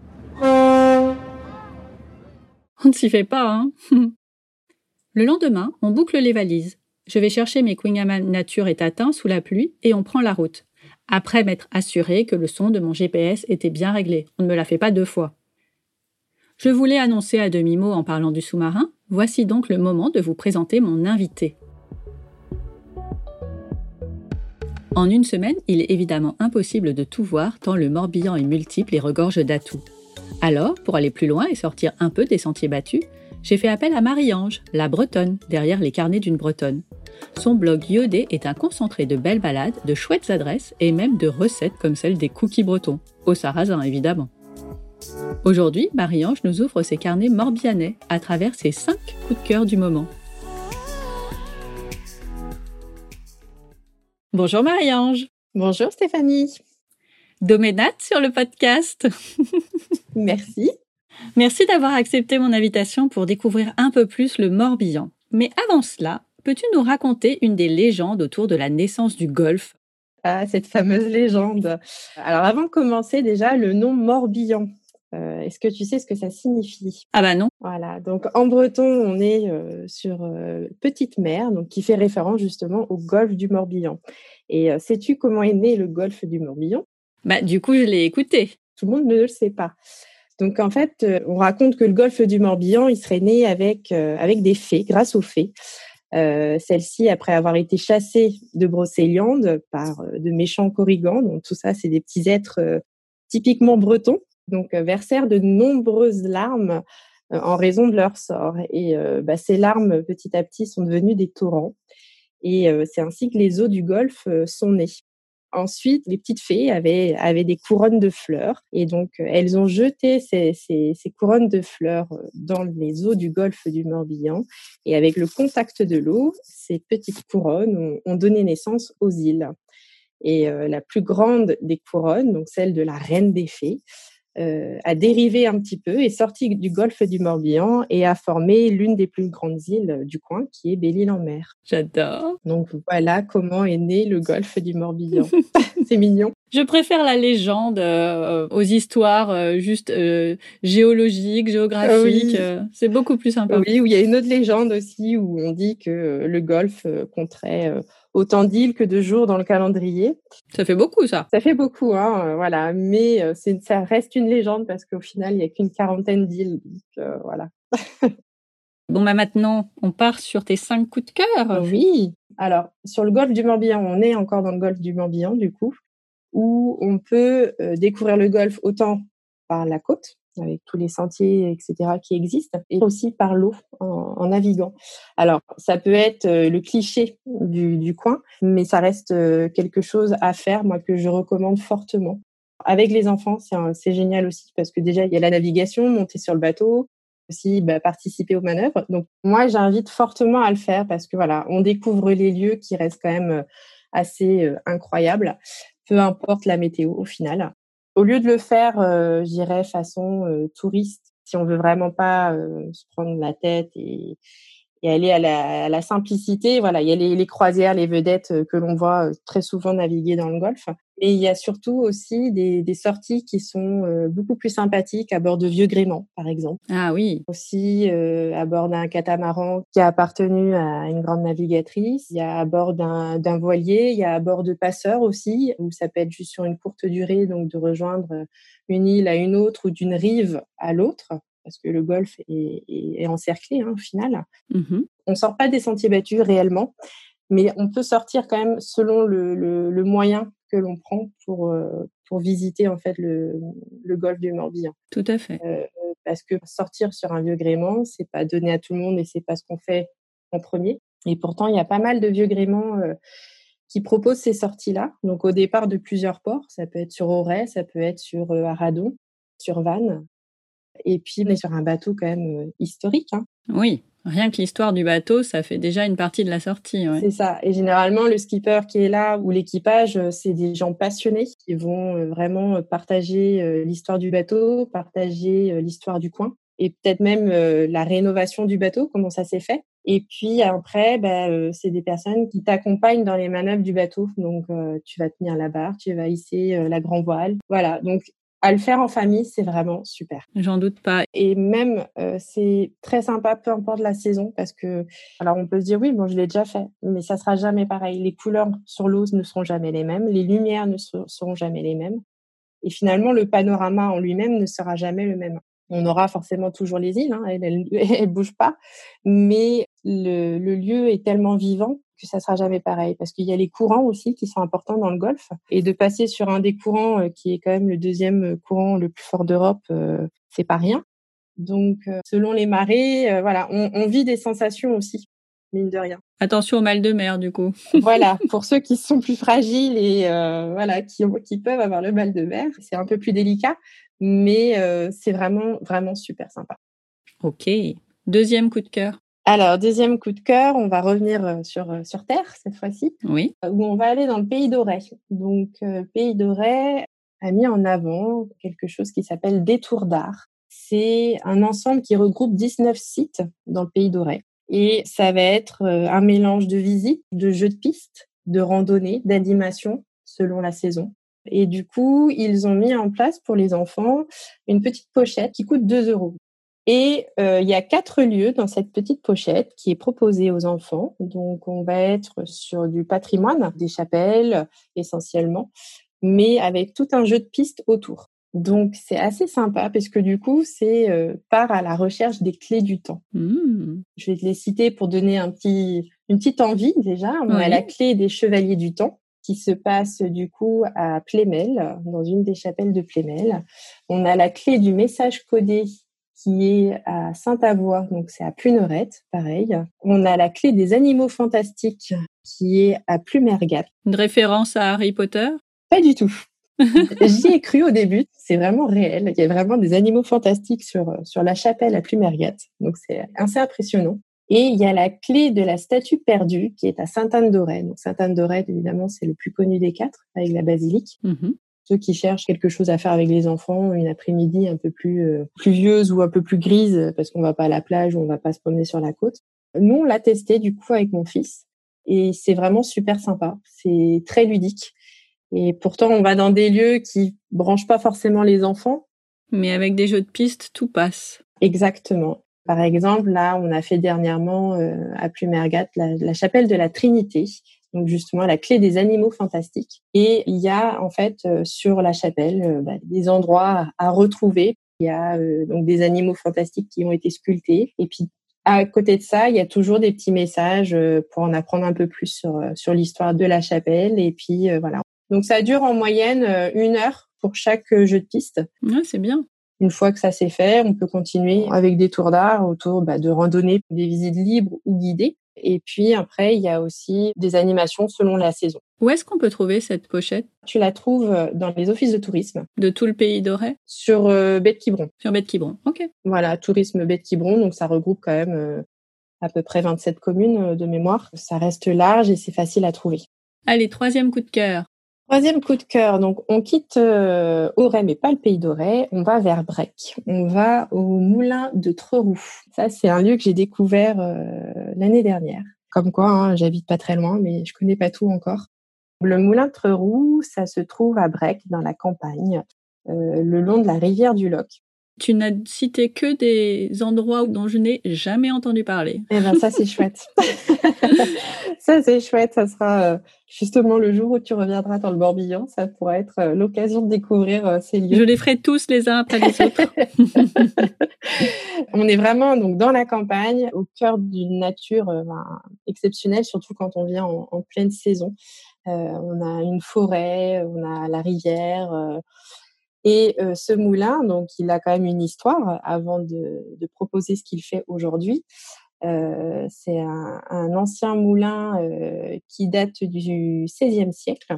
On ne s'y fait pas, Le lendemain, on boucle les valises. Je vais chercher mes Quingaman nature et tatin sous la pluie et on prend la route. Après m'être assuré que le son de mon GPS était bien réglé. On ne me l'a fait pas 2 fois. Je voulais annoncer à demi-mot en parlant du sous-marin. Voici donc le moment de vous présenter mon invité. En une semaine, il est évidemment impossible de tout voir tant le Morbihan est multiple et regorge d'atouts. Alors, pour aller plus loin et sortir un peu des sentiers battus, j'ai fait appel à Marie-Ange, la bretonne, derrière les carnets d'une bretonne. Son blog iodé est un concentré de belles balades, de chouettes adresses et même de recettes comme celle des cookies bretons, au sarrasin évidemment. Aujourd'hui, Marie-Ange nous ouvre ses carnets morbihanais à travers ses 5 coups de cœur du moment. Bonjour Marie-Ange. Bonjour Stéphanie. Doménate sur le podcast. Merci. Merci d'avoir accepté mon invitation pour découvrir un peu plus le Morbihan. Mais avant cela, peux-tu nous raconter une des légendes autour de la naissance du golfe? Ah, cette fameuse légende. Alors avant de commencer, déjà, le nom Morbihan. Est-ce que tu sais ce que ça signifie? Ah bah non. Voilà, donc en breton, on est sur petite mer, donc qui fait référence justement au golfe du Morbihan. Et sais-tu comment est né le golfe du Morbihan? Du coup, je l'ai écouté. Tout le monde ne le sait pas. Donc, en fait, on raconte que le golfe du Morbihan, il serait né avec des fées, grâce aux fées. Celles-ci, après avoir été chassées de Brocéliande par de méchants Korrigans, donc tout ça, c'est des petits êtres typiquement bretons, donc versèrent de nombreuses larmes en raison de leur sort. Et ces larmes, petit à petit, sont devenues des torrents. Et c'est ainsi que les eaux du golfe sont nées. Ensuite, les petites fées avaient des couronnes de fleurs et donc elles ont jeté ces couronnes de fleurs dans les eaux du golfe du Morbihan et avec le contact de l'eau, ces petites couronnes ont donné naissance aux îles. Et la plus grande des couronnes, donc celle de la reine des fées, a dérivé un petit peu, est sortie du golfe du Morbihan et a formé l'une des plus grandes îles du coin, qui est Belle-Île-en-Mer. J'adore. Donc voilà comment est né le golfe du Morbihan. C'est mignon. Je préfère la légende aux histoires juste géologiques, géographiques. Oui. C'est beaucoup plus sympa. Oui, où il y a une autre légende aussi où on dit que le golfe compterait autant d'îles que de jours dans le calendrier. Ça fait beaucoup, ça. Ça fait beaucoup, hein, voilà. Mais ça reste une légende parce qu'au final, il n'y a qu'une quarantaine d'îles. Donc, voilà. Bon, maintenant, on part sur tes 5 coups de cœur. Oui. Alors, sur le golfe du Morbihan, on est encore dans le golfe du Morbihan, du coup, où on peut découvrir le golfe autant par la côte, avec tous les sentiers, etc., qui existent, et aussi par l'eau, en naviguant. Alors, ça peut être le cliché du coin, mais ça reste quelque chose à faire, moi, que je recommande fortement. Avec les enfants, c'est génial aussi, parce que déjà, il y a la navigation, monter sur le bateau, aussi participer aux manœuvres. Donc, moi, j'invite fortement à le faire, parce que voilà, on découvre les lieux qui restent quand même assez incroyables, peu importe la météo au final. Au lieu de le faire, j'irais façon touriste, si on veut vraiment pas se prendre la tête et aller à la simplicité. Voilà, il y a les croisières, les vedettes que l'on voit très souvent naviguer dans le Golfe. Et il y a surtout aussi des sorties qui sont beaucoup plus sympathiques à bord de vieux gréements, par exemple. Ah oui. Aussi à bord d'un catamaran qui a appartenu à une grande navigatrice. Il y a à bord d'un voilier, il y a à bord de passeurs aussi, où ça peut être juste sur une courte durée, donc de rejoindre une île à une autre ou d'une rive à l'autre, parce que le golfe est encerclé au final. Mmh. On ne sort pas des sentiers battus réellement, mais on peut sortir quand même selon le moyen que l'on prend pour visiter en fait le golfe du Morbihan. Tout à fait. Parce que sortir sur un vieux gréement, c'est pas donné à tout le monde et c'est pas ce qu'on fait en premier. Et pourtant, il y a pas mal de vieux gréements qui proposent ces sorties-là. Donc au départ de plusieurs ports, ça peut être sur Auray, ça peut être sur Arradon, sur Vannes. Et puis on est sur un bateau quand même historique. Oui, rien que l'histoire du bateau, ça fait déjà une partie de la sortie. Ouais. C'est ça. Et généralement, le skipper qui est là ou l'équipage, c'est des gens passionnés qui vont vraiment partager l'histoire du bateau, partager l'histoire du coin et peut-être même la rénovation du bateau, comment ça s'est fait. Et puis après, c'est des personnes qui t'accompagnent dans les manœuvres du bateau. Donc, tu vas tenir la barre, tu vas hisser la grand voile. Voilà. Donc, à le faire en famille, c'est vraiment super. J'en doute pas. Et même, c'est très sympa, peu importe la saison, parce que, alors on peut se dire, oui, bon, je l'ai déjà fait, mais ça sera jamais pareil. Les couleurs sur l'eau ne seront jamais les mêmes, les lumières ne seront jamais les mêmes. Et finalement, le panorama en lui-même ne sera jamais le même. On aura forcément toujours les îles, elles bougent pas, mais le lieu est tellement vivant que ça sera jamais pareil, parce qu'il y a les courants aussi qui sont importants dans le golfe, et de passer sur un des courants qui est quand même le deuxième courant le plus fort d'Europe, c'est pas rien. Donc, selon les marées, voilà, on vit des sensations aussi, mine de rien. Attention au mal de mer, du coup. Voilà, pour ceux qui sont plus fragiles et voilà, qui peuvent avoir le mal de mer, c'est un peu plus délicat, mais c'est vraiment, vraiment super sympa. Ok. Deuxième coup de cœur. Alors, deuxième coup de cœur, on va revenir sur Terre cette fois-ci, Oui. où on va aller dans le Pays d'Auray. Donc, Pays d'Auray a mis en avant quelque chose qui s'appelle Détour d'art. C'est un ensemble qui regroupe 19 sites dans le Pays d'Auray. Et ça va être un mélange de visites, de jeux de pistes, de randonnées, d'animations selon la saison. Et du coup, ils ont mis en place pour les enfants une petite pochette qui coûte 2 €. Et il y a 4 lieux dans cette petite pochette qui est proposée aux enfants. Donc, on va être sur du patrimoine, des chapelles essentiellement, mais avec tout un jeu de pistes autour. Donc, c'est assez sympa parce que du coup, c'est part à la recherche des clés du temps. Je vais te les citer pour donner une petite envie déjà. On a la clé des chevaliers du temps qui se passe du coup à Plémel, dans une des chapelles de Plémel. On a la clé du message codé qui est à Saint-Avoie, donc c'est à Plunerette, pareil. On a la clé des animaux fantastiques qui est à Plumergat. Une référence à Harry Potter? Pas du tout. J'y ai cru au début, c'est vraiment réel. Il y a vraiment des animaux fantastiques sur la chapelle à Plumergat, donc c'est assez impressionnant. Et il y a la clé de la statue perdue qui est à Sainte-Anne-d'Auray. Donc Sainte-Anne-d'Auray, évidemment, c'est le plus connu des 4 avec la basilique. Ceux qui cherchent quelque chose à faire avec les enfants, une après-midi un peu plus pluvieuse ou un peu plus grise parce qu'on va pas à la plage ou on va pas se promener sur la côte. Nous, on l'a testé du coup avec mon fils et c'est vraiment super sympa. C'est très ludique. Et pourtant, on va dans des lieux qui branchent pas forcément les enfants. Mais avec des jeux de piste, tout passe. Exactement. Par exemple, là, on a fait dernièrement à Plumergat la chapelle de la Trinité, donc justement la clé des animaux fantastiques. Et il y a en fait sur la chapelle des endroits à retrouver. Il y a donc des animaux fantastiques qui ont été sculptés. Et puis à côté de ça, il y a toujours des petits messages pour en apprendre un peu plus sur l'histoire de la chapelle. Et puis voilà. Donc ça dure en moyenne 1 heure pour chaque jeu de piste. Ouais, c'est bien. Une fois que ça s'est fait, on peut continuer avec des tours d'art autour de randonnées, des visites libres ou guidées. Et puis après, il y a aussi des animations selon la saison. Où est-ce qu'on peut trouver cette pochette? Tu la trouves dans les offices de tourisme. De tout le pays d'Auray? Sur Baie de Quiberon. Sur Baie de Quiberon, ok. Voilà, tourisme Baie de Quiberon, donc ça regroupe quand même à peu près 27 communes de mémoire. Ça reste large et c'est facile à trouver. Allez, 3e coup de cœur. 3e coup de cœur, donc on quitte Auray, mais pas le pays d'Auray, on va vers Brech. On va au moulin de Treroux. Ça, c'est un lieu que j'ai découvert l'année dernière. Comme quoi, j'habite pas très loin, mais je connais pas tout encore. Le moulin de Treroux, ça se trouve à Brech, dans la campagne, le long de la rivière du Loc. Tu n'as cité que des endroits dont je n'ai jamais entendu parler. Eh ben ça, c'est chouette. Ça, c'est chouette. Ça sera justement le jour où tu reviendras dans le Morbihan. Ça pourrait être l'occasion de découvrir ces lieux. Je les ferai tous les uns après les autres. On est vraiment donc dans la campagne, au cœur d'une nature exceptionnelle, surtout quand on vient en pleine saison. On a une forêt, on a la rivière. Et ce moulin, donc, il a quand même une histoire avant de proposer ce qu'il fait aujourd'hui. C'est un ancien moulin qui date du XVIe siècle.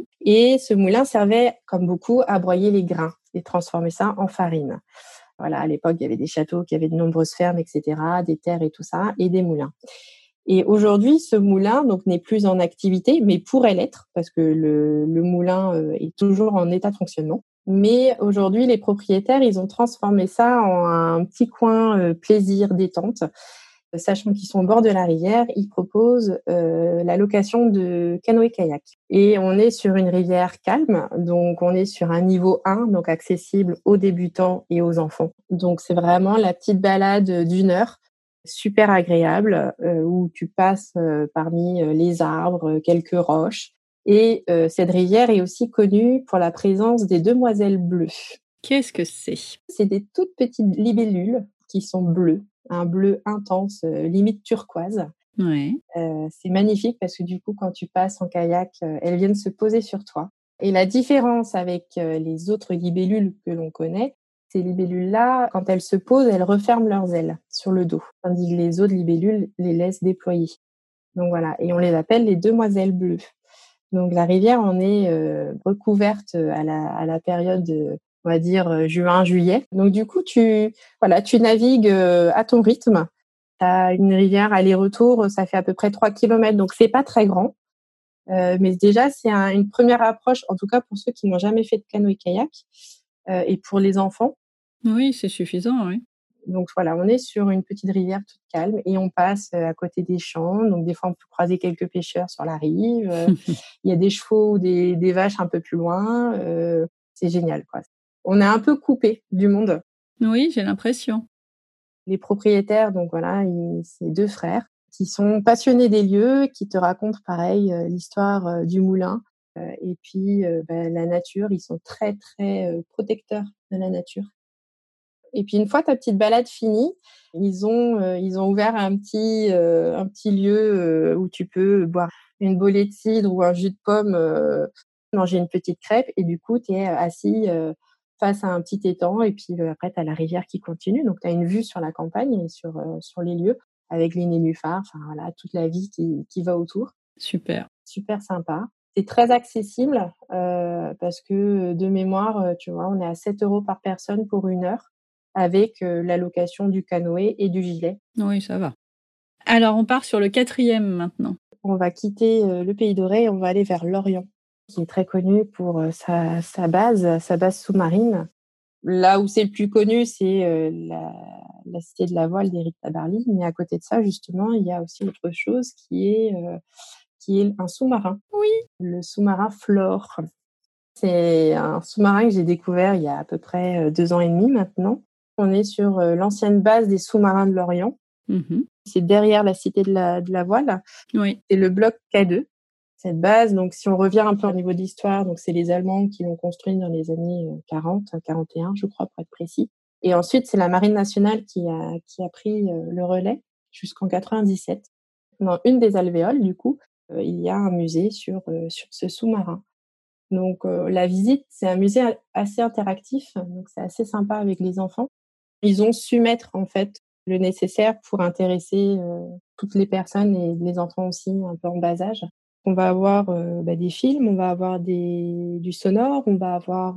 Et ce moulin servait, comme beaucoup, à broyer les grains et transformer ça en farine. Voilà, à l'époque, il y avait des châteaux qui avaient de nombreuses fermes, etc., des terres et tout ça, et des moulins. Et aujourd'hui, ce moulin donc n'est plus en activité, mais pourrait l'être parce que le moulin est toujours en état de fonctionnement. Mais aujourd'hui, les propriétaires, ils ont transformé ça en un petit coin plaisir, détente. Sachant qu'ils sont au bord de la rivière, ils proposent la location de canoë-kayak. Et on est sur une rivière calme, donc on est sur un niveau 1, donc accessible aux débutants et aux enfants. Donc c'est vraiment la petite balade d'1 heure, super agréable, où tu passes parmi les arbres, quelques roches. Et cette rivière est aussi connue pour la présence des demoiselles bleues. Qu'est-ce que c'est? C'est des toutes petites libellules qui sont bleues, un bleu intense, limite turquoise. Ouais. C'est magnifique parce que du coup, quand tu passes en kayak, elles viennent se poser sur toi. Et la différence avec les autres libellules que l'on connaît, ces libellules-là, quand elles se posent, elles referment leurs ailes sur le dos, tandis que les autres libellules les laissent déployer. Donc voilà, et on les appelle les demoiselles bleues. Donc la rivière en est recouverte à la période, on va dire juin-juillet. Donc du coup, tu navigues à ton rythme. Tu as une rivière aller-retour, ça fait à peu près 3 kilomètres, donc c'est pas très grand. Mais déjà, c'est une première approche, en tout cas pour ceux qui n'ont jamais fait de canoë-kayak et pour les enfants. Oui, c'est suffisant, oui. Donc voilà, on est sur une petite rivière toute calme et on passe à côté des champs. Donc des fois, on peut croiser quelques pêcheurs sur la rive. Il y a des chevaux ou des vaches un peu plus loin. C'est génial, quoi. On est un peu coupé du monde. Oui, j'ai l'impression. Les propriétaires, donc voilà, c'est 2 frères qui sont passionnés des lieux, qui te racontent pareil l'histoire du moulin. Et puis, la nature, ils sont très, très, protecteurs de la nature. Et puis une fois ta petite balade finie, ils ont ouvert un petit lieu, où tu peux boire une bolée de cidre ou un jus de pomme, manger une petite crêpe et du coup, tu es assis, face à un petit étang et puis, après tu as la rivière qui continue. Donc tu as une vue sur la campagne et sur les lieux avec les nénuphars, enfin voilà, toute la vie qui va autour. Super. Super sympa. C'est très accessible, parce que, de mémoire, tu vois, on est à 7 € par personne pour 1 heure avec, la location du canoë et du gilet. Oui, ça va. Alors, on part sur le 4e maintenant. On va quitter, le Pays Doré et on va aller vers Lorient, qui est très connu pour, sa base sous-marine. Là où c'est le plus connu, c'est, la cité de la voile d'Éric Tabarly, mais à côté de ça, justement, il y a aussi autre chose qui est un sous-marin. Oui. Le sous-marin Flore. C'est un sous-marin que j'ai découvert il y a à peu près, 2 ans et demi maintenant. On est sur, l'ancienne base des sous-marins de Lorient. Mmh. C'est derrière la cité de la voile. Oui. C'est le bloc K2. Cette base, donc si on revient un peu au niveau de l'histoire, donc c'est les Allemands qui l'ont construit dans les années, 40, 41 je crois pour être précis. Et ensuite, c'est la Marine nationale qui a pris, le relais jusqu'en 97. Dans une des alvéoles du coup, il y a un musée sur ce sous-marin. Donc, la visite, c'est un musée assez interactif, donc c'est assez sympa avec les enfants. Ils ont su mettre, en fait, le nécessaire pour intéresser, toutes les personnes et les enfants aussi un peu en bas âge. On va avoir, des films, on va avoir du sonore, on va avoir,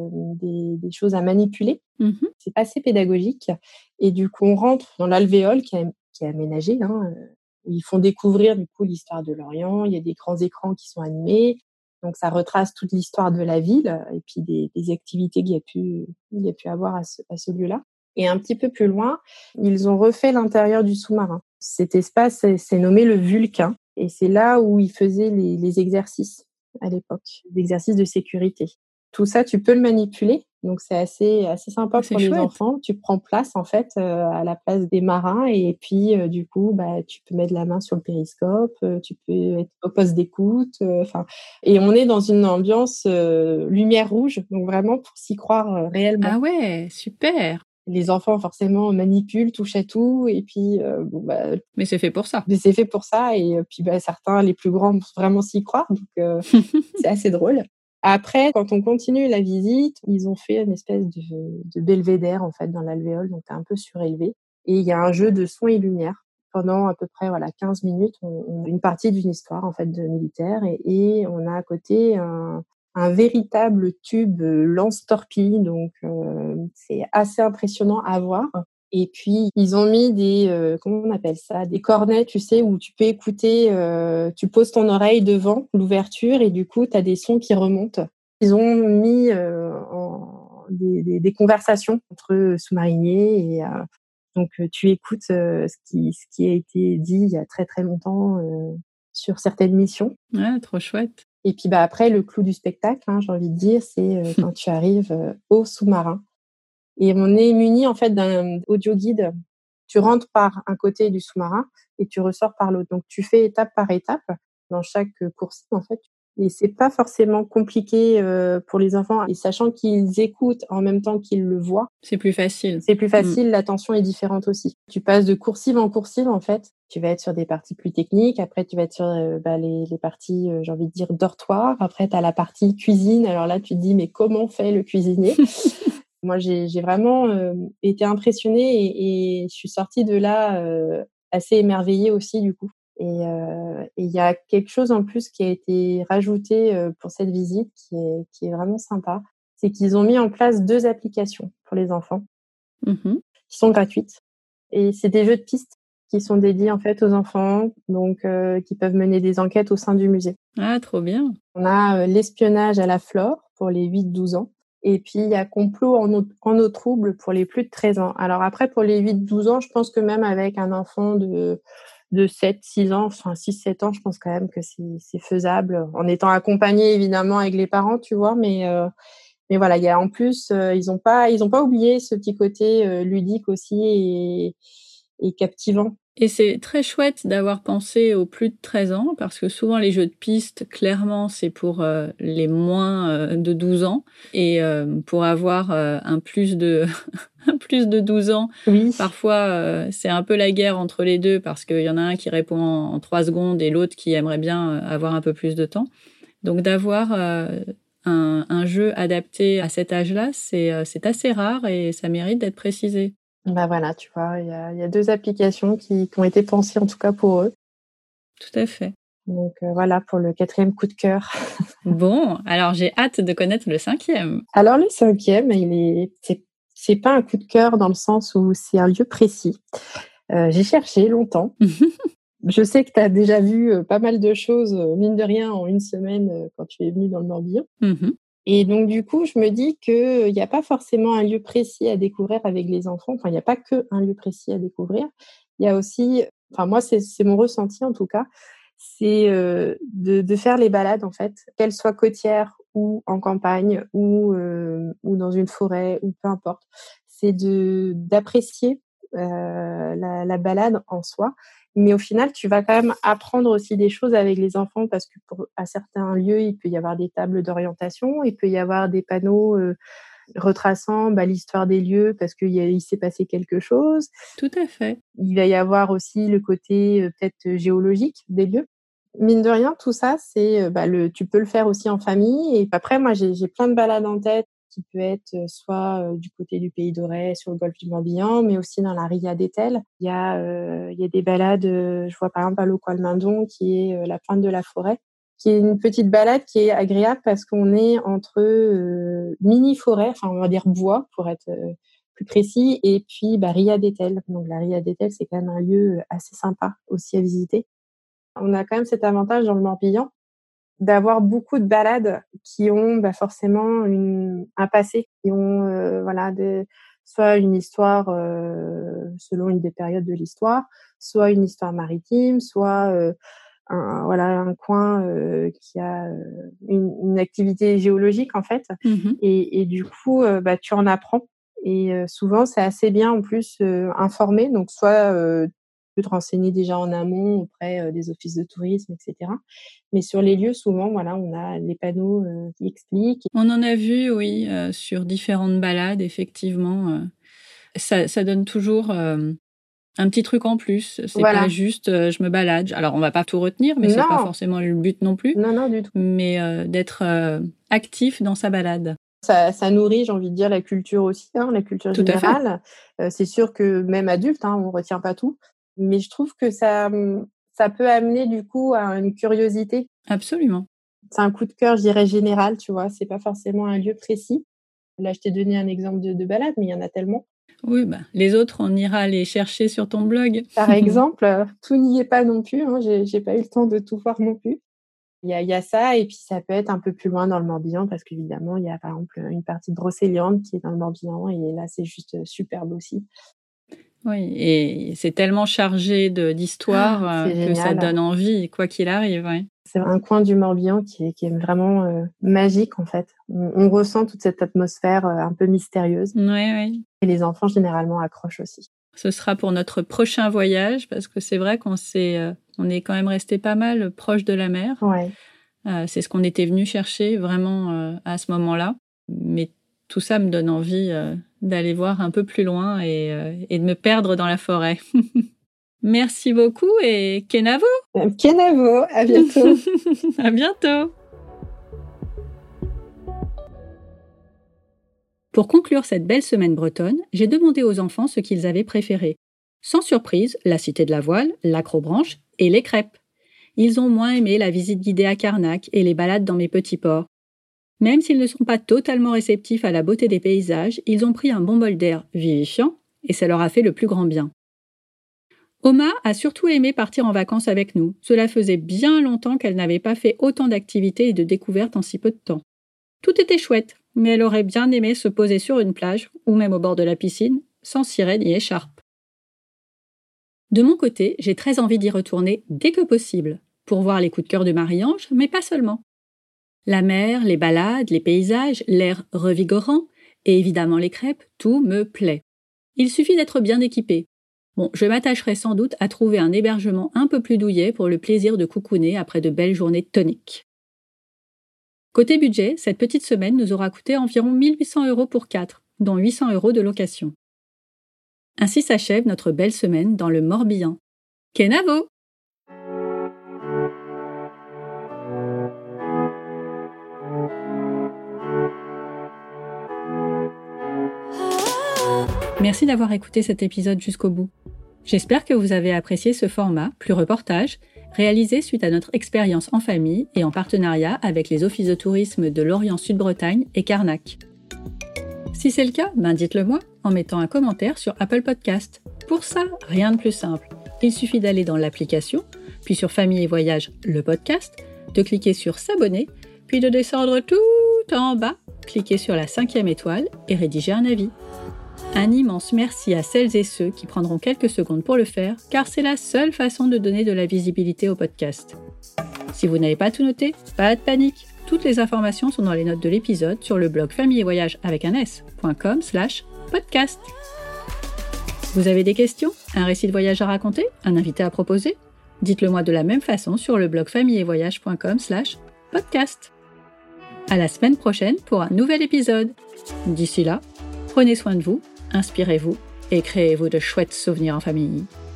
des choses à manipuler. Mmh. C'est assez pédagogique et du coup, on rentre dans l'alvéole qui est aménagée, hein, où ils font découvrir, du coup, l'histoire de Lorient. Il y a des grands écrans qui sont animés. Donc ça retrace toute l'histoire de la ville et puis des activités il y a pu avoir à ce lieu-là. Et un petit peu plus loin, ils ont refait l'intérieur du sous-marin. Cet espace, c'est nommé le Vulcain et c'est là où ils faisaient les exercices à l'époque, les exercices de sécurité. Tout ça, tu peux le manipuler, donc c'est assez sympa C'est pour les chouette. enfants. Tu prends place en fait, à la place des marins et puis, du coup, tu peux mettre la main sur le périscope, tu peux être au poste d'écoute, enfin et on est dans une ambiance, lumière rouge, donc vraiment pour s'y croire, réellement. Ah ouais, super! Les enfants forcément manipulent, touchent à tout et puis, Mais c'est fait pour ça. c'est fait pour ça et puis, certains, les plus grands, vraiment s'y croire donc c'est assez drôle. Après, quand on continue la visite, ils ont fait une espèce de belvédère, en fait, dans l'alvéole, donc tu es un peu surélevé et il y a un jeu de son et lumière. Pendant à peu près, voilà, 15 minutes, on a une partie d'une histoire, en fait, de militaire et on a à côté un véritable tube, lance-torpille donc c'est assez impressionnant à voir. Et puis ils ont mis comment on appelle ça? Des cornets, tu sais, où tu peux écouter, tu poses ton oreille devant l'ouverture et du coup, tu as des sons qui remontent. Ils ont mis, en des conversations entre sous-mariniers et donc tu écoutes, ce qui a été dit il y a très, très longtemps, sur certaines missions. Ouais, trop chouette. Et puis, après le clou du spectacle, hein, j'ai envie de dire, c'est, quand tu arrives, au sous-marin et on est muni en fait d'un audio guide. Tu rentres par un côté du sous-marin et tu ressors par l'autre. Donc tu fais étape par étape dans chaque, coursive en fait et c'est pas forcément compliqué, pour les enfants et sachant qu'ils écoutent en même temps qu'ils le voient, C'est plus facile. c'est plus facile, l'attention est différente aussi. Tu passes de coursive en coursive, en fait. Tu vas être sur des parties plus techniques, après tu vas être sur, les parties, j'ai envie de dire dortoir. Après tu as la partie cuisine, alors là tu te dis: «Mais comment fait le cuisinier?» Moi j'ai vraiment, été impressionnée et je suis sortie de là, assez émerveillée aussi du coup et il y a quelque chose en plus qui a été rajouté, pour cette visite qui est vraiment sympa. C'est qu'ils ont mis en place 2 applications pour les enfants Mmh. qui sont gratuites et c'est des jeux de pistes qui sont dédiés en fait aux enfants, donc qui peuvent mener des enquêtes au sein du musée. Ah, trop bien. On a, l'espionnage à la Flore pour les 8-12 ans et puis il y a complot en eau trouble pour les plus de 13 ans. Alors après pour les 8-12 ans, je pense que même avec un enfant de 7-6 ans, enfin 6-7 ans, je pense quand même que c'est faisable en étant accompagné évidemment avec les parents, tu vois? Mais voilà, il y a en plus, ils ont pas oublié ce petit côté, ludique aussi et captivant Et c'est très chouette d'avoir pensé aux plus de 13 ans, parce que souvent les jeux de piste, clairement, c'est pour les moins de 12 ans. Et pour avoir un plus de un plus de 12 ans, Oui. parfois c'est un peu la guerre entre les deux, parce qu'il y en a un qui répond en 3 secondes et l'autre qui aimerait bien avoir un peu plus de temps. Donc d'avoir un jeu adapté à cet âge-là, c'est assez rare et ça mérite d'être précisé. Bah voilà, tu vois, il y a 2 applications qui ont été pensées en tout cas pour eux. Tout à fait. Donc voilà pour le 4e coup de cœur. Bon, alors j'ai hâte de connaître le 5e. Alors le 5e, c'est pas un coup de cœur dans le sens où c'est un lieu précis. J'ai cherché longtemps. Je sais que tu as déjà vu pas mal de choses, mine de rien, en une semaine quand tu es venue dans le Morbihan. Et donc, du coup, je me dis qu'il n'y a pas forcément un lieu précis à découvrir avec les enfants. Enfin, il n'y a pas qu'un lieu précis à découvrir. Il y a aussi, enfin, moi, c'est mon ressenti en tout cas, c'est de faire les balades, en fait, qu'elles soient côtières ou en campagne ou dans une forêt ou peu importe. C'est d'apprécier la balade en soi. Mais au final, tu vas quand même apprendre aussi des choses avec les enfants parce que à certains lieux, il peut y avoir des tables d'orientation, il peut y avoir des panneaux retraçant l'histoire des lieux parce qu'il s'est passé quelque chose. Tout à fait. Il va y avoir aussi le côté peut-être géologique des lieux. Mine de rien, tout ça, tu peux le faire aussi en famille. Et après, moi, j'ai plein de balades en tête qui peut être soit du côté du Pays d'Auray, sur le golfe du Morbihan, mais aussi dans la Ria d'Etel. Il y a des balades, je vois par exemple à Locoal-Mindon, qui est la pointe de la forêt, qui est une petite balade qui est agréable parce qu'on est entre mini-forêt, enfin on va dire bois pour être plus précis, et puis Ria d'Etel. Donc la Ria d'Etel, c'est quand même un lieu assez sympa aussi à visiter. On a quand même cet avantage dans le Morbihan d'avoir beaucoup de balades qui ont forcément un passé, qui ont soit une histoire selon une des périodes de l'histoire, soit une histoire maritime, soit un coin qui a une activité géologique en fait. Et du coup, tu en apprends. Et souvent, c'est assez bien en plus informé. Donc, soit tu peux te renseigner déjà en amont auprès des offices de tourisme, etc. Mais sur les lieux, souvent, voilà, on a les panneaux qui expliquent. On en a vu, oui, sur différentes balades, effectivement. Ça donne toujours un petit truc en plus. C'est pas juste je me balade. Alors, on va pas tout retenir, mais c'est pas forcément le but non plus. Non, du tout. Mais d'être actif dans sa balade. Ça nourrit, j'ai envie de dire, la culture aussi, la culture tout générale. C'est sûr que même adulte, on retient pas tout. Mais je trouve que ça peut amener du coup à une curiosité. Absolument. C'est un coup de cœur, je dirais, général, tu vois. C'est pas forcément un lieu précis. Là, je t'ai donné un exemple de balade, mais il y en a tellement. Oui, les autres, on ira les chercher sur ton blog. Par exemple, tout n'y est pas non plus. J'ai pas eu le temps de tout voir non plus. Il y a ça, et puis ça peut être un peu plus loin dans le Morbihan, parce qu'évidemment, il y a par exemple une partie de Brocéliande qui est dans le Morbihan, et là, c'est juste superbe aussi. Oui, et c'est tellement chargé d'histoire que ça donne envie, quoi qu'il arrive. Ouais. C'est un coin du Morbihan qui est vraiment magique, en fait. On ressent toute cette atmosphère un peu mystérieuse. Oui. Et les enfants, généralement, accrochent aussi. Ce sera pour notre prochain voyage, parce que c'est vrai qu'on est quand même resté pas mal proche de la mer. Ouais. C'est ce qu'on était venu chercher vraiment à ce moment-là. Mais tout ça me donne envie d'aller voir un peu plus loin et de me perdre dans la forêt. Merci beaucoup et Kenavo. Kenavo, à bientôt. À bientôt. Pour conclure cette belle semaine bretonne, j'ai demandé aux enfants ce qu'ils avaient préféré. Sans surprise, la Cité de la Voile, l'Acrobranche et les crêpes. Ils ont moins aimé la visite guidée à Carnac et les balades dans mes petits ports. Même s'ils ne sont pas totalement réceptifs à la beauté des paysages, ils ont pris un bon bol d'air vivifiant et ça leur a fait le plus grand bien. Oma a surtout aimé partir en vacances avec nous. Cela faisait bien longtemps qu'elle n'avait pas fait autant d'activités et de découvertes en si peu de temps. Tout était chouette, mais elle aurait bien aimé se poser sur une plage, ou même au bord de la piscine, sans ciré ni écharpe. De mon côté, j'ai très envie d'y retourner dès que possible, pour voir les coups de cœur de Marie-Ange, mais pas seulement. La mer, les balades, les paysages, l'air revigorant, et évidemment les crêpes, tout me plaît. Il suffit d'être bien équipé. Bon, je m'attacherai sans doute à trouver un hébergement un peu plus douillet pour le plaisir de coucouner après de belles journées toniques. Côté budget, cette petite semaine nous aura coûté environ 1 800 € pour 4, dont 800 € de location. Ainsi s'achève notre belle semaine dans le Morbihan. Kenavo! Merci d'avoir écouté cet épisode jusqu'au bout. J'espère que vous avez apprécié ce format, plus reportage, réalisé suite à notre expérience en famille et en partenariat avec les offices de tourisme de Lorient Sud-Bretagne et Carnac. Si c'est le cas, dites-le moi en mettant un commentaire sur Apple Podcast. Pour ça, rien de plus simple. Il suffit d'aller dans l'application, puis sur Famille et Voyage, le podcast, de cliquer sur S'abonner, puis de descendre tout en bas, cliquer sur la 5e étoile et rédiger un avis. Un immense merci à celles et ceux qui prendront quelques secondes pour le faire, car c'est la seule façon de donner de la visibilité au podcast. Si vous n'avez pas tout noté, pas de panique. Toutes les informations sont dans les notes de l'épisode sur le blog famille et voyage avec un s.com/podcast. Vous avez des questions? Un récit de voyage à raconter? Un invité à proposer? Dites-le moi de la même façon sur le blog familleetvoyage.com/podcast. À la semaine prochaine pour un nouvel épisode. D'ici là, prenez soin de vous, inspirez-vous et créez-vous de chouettes souvenirs en famille.